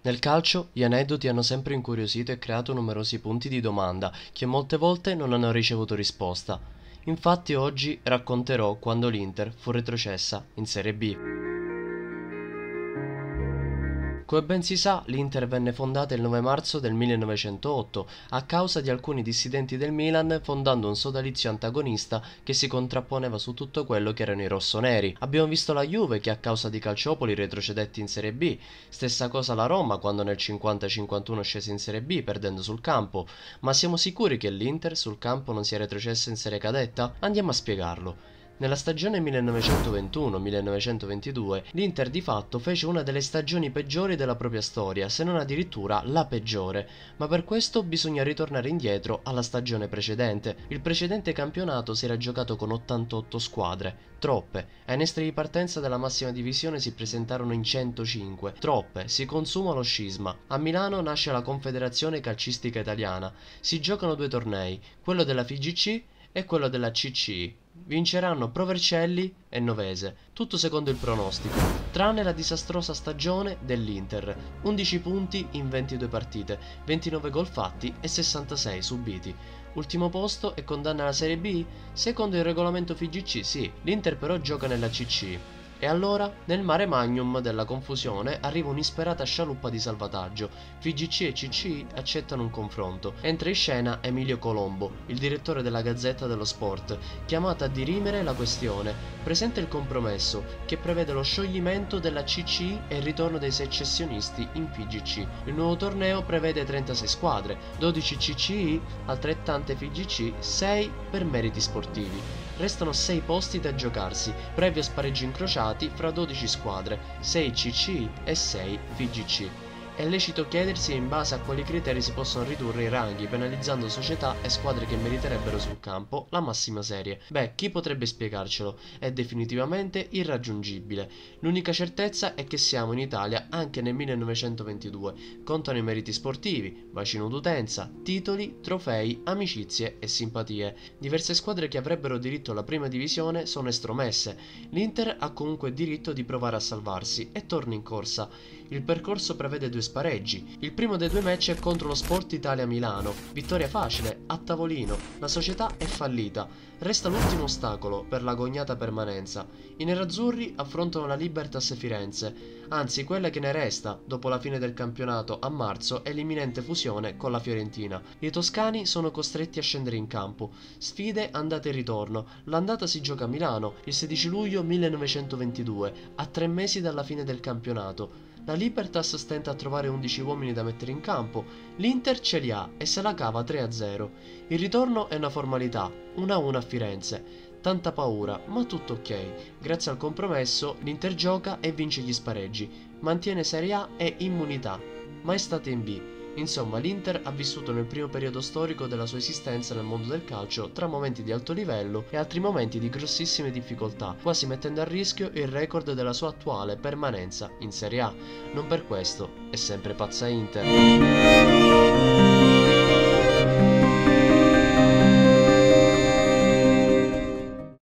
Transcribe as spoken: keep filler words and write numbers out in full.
Nel calcio, gli aneddoti hanno sempre incuriosito e creato numerosi punti di domanda che molte volte non hanno ricevuto risposta. Infatti oggi racconterò quando l'Inter fu retrocessa in Serie B. Come ben si sa, l'Inter venne fondata il nove marzo del millenovecentootto a causa di alcuni dissidenti del Milan, fondando un sodalizio antagonista che si contrapponeva su tutto quello che erano i rossoneri. Abbiamo visto la Juve che a causa di Calciopoli retrocedette in Serie B, stessa cosa la Roma quando nel cinquanta cinquantuno scese in Serie B perdendo sul campo, ma siamo sicuri che l'Inter sul campo non sia retrocessa in Serie Cadetta? Andiamo a spiegarlo. Nella stagione millenovecentoventuno millenovecentoventidue l'Inter di fatto fece una delle stagioni peggiori della propria storia, se non addirittura la peggiore, ma per questo bisogna ritornare indietro alla stagione precedente. Il precedente campionato si era giocato con ottantotto squadre, troppe. Ai nastri di partenza della massima divisione si presentarono in centocinque, troppe, si consuma lo scisma. A Milano nasce la Confederazione Calcistica Italiana, si giocano due tornei, quello della F I G C e quello della C C I. Vinceranno Pro Vercelli e Novese, tutto secondo il pronostico, tranne la disastrosa stagione dell'Inter, undici punti in ventidue partite, ventinove gol fatti e sessantasei subiti. Ultimo posto e condanna alla Serie B? Secondo il regolamento F I G C sì, l'Inter però gioca nella C C I. E allora, nel mare magnum della confusione, arriva un'isperata scialuppa di salvataggio. F I G C e C C I accettano un confronto. Entra in scena Emilio Colombo, il direttore della Gazzetta dello Sport, chiamato a dirimere la questione. Presenta il compromesso, che prevede lo scioglimento della C C I e il ritorno dei secessionisti in F I G C. Il nuovo torneo prevede trentasei squadre, dodici C C I, altrettante F I G C, sei per meriti sportivi. Restano sei posti da giocarsi, previo spareggi incrociati fra dodici squadre, sei C C I e sei F I G C. È lecito chiedersi in base a quali criteri si possono ridurre i ranghi, penalizzando società e squadre che meriterebbero sul campo la massima serie. Beh, chi potrebbe spiegarcelo? È definitivamente irraggiungibile. L'unica certezza è che siamo in Italia anche nel millenovecentoventidue. Contano i meriti sportivi, bacino d'utenza, titoli, trofei, amicizie e simpatie. Diverse squadre che avrebbero diritto alla prima divisione sono estromesse. L'Inter ha comunque diritto di provare a salvarsi e torna in corsa. Il percorso prevede due spareggi. Il primo dei due match è contro lo Sport Italia Milano. Vittoria facile, a tavolino. La società è fallita. Resta l'ultimo ostacolo per l'agognata permanenza. I nerazzurri affrontano la Libertas Firenze, anzi quella che ne resta dopo la fine del campionato a marzo e l'imminente fusione con la Fiorentina. I toscani sono costretti a scendere in campo. Sfide andata e ritorno. L'andata si gioca a Milano il sedici luglio millenovecentoventidue, a tre mesi dalla fine del campionato. La Libertas stenta a trovare undici uomini da mettere in campo, l'Inter ce li ha e se la cava tre a zero. Il ritorno è una formalità, uno a uno a Firenze. Tanta paura, ma tutto ok. Grazie al compromesso l'Inter gioca e vince gli spareggi, mantiene Serie A e immunità, ma è stata in B. Insomma, l'Inter ha vissuto nel primo periodo storico della sua esistenza nel mondo del calcio tra momenti di alto livello e altri momenti di grossissime difficoltà, quasi mettendo a rischio il record della sua attuale permanenza in Serie A. Non per questo è sempre pazza Inter.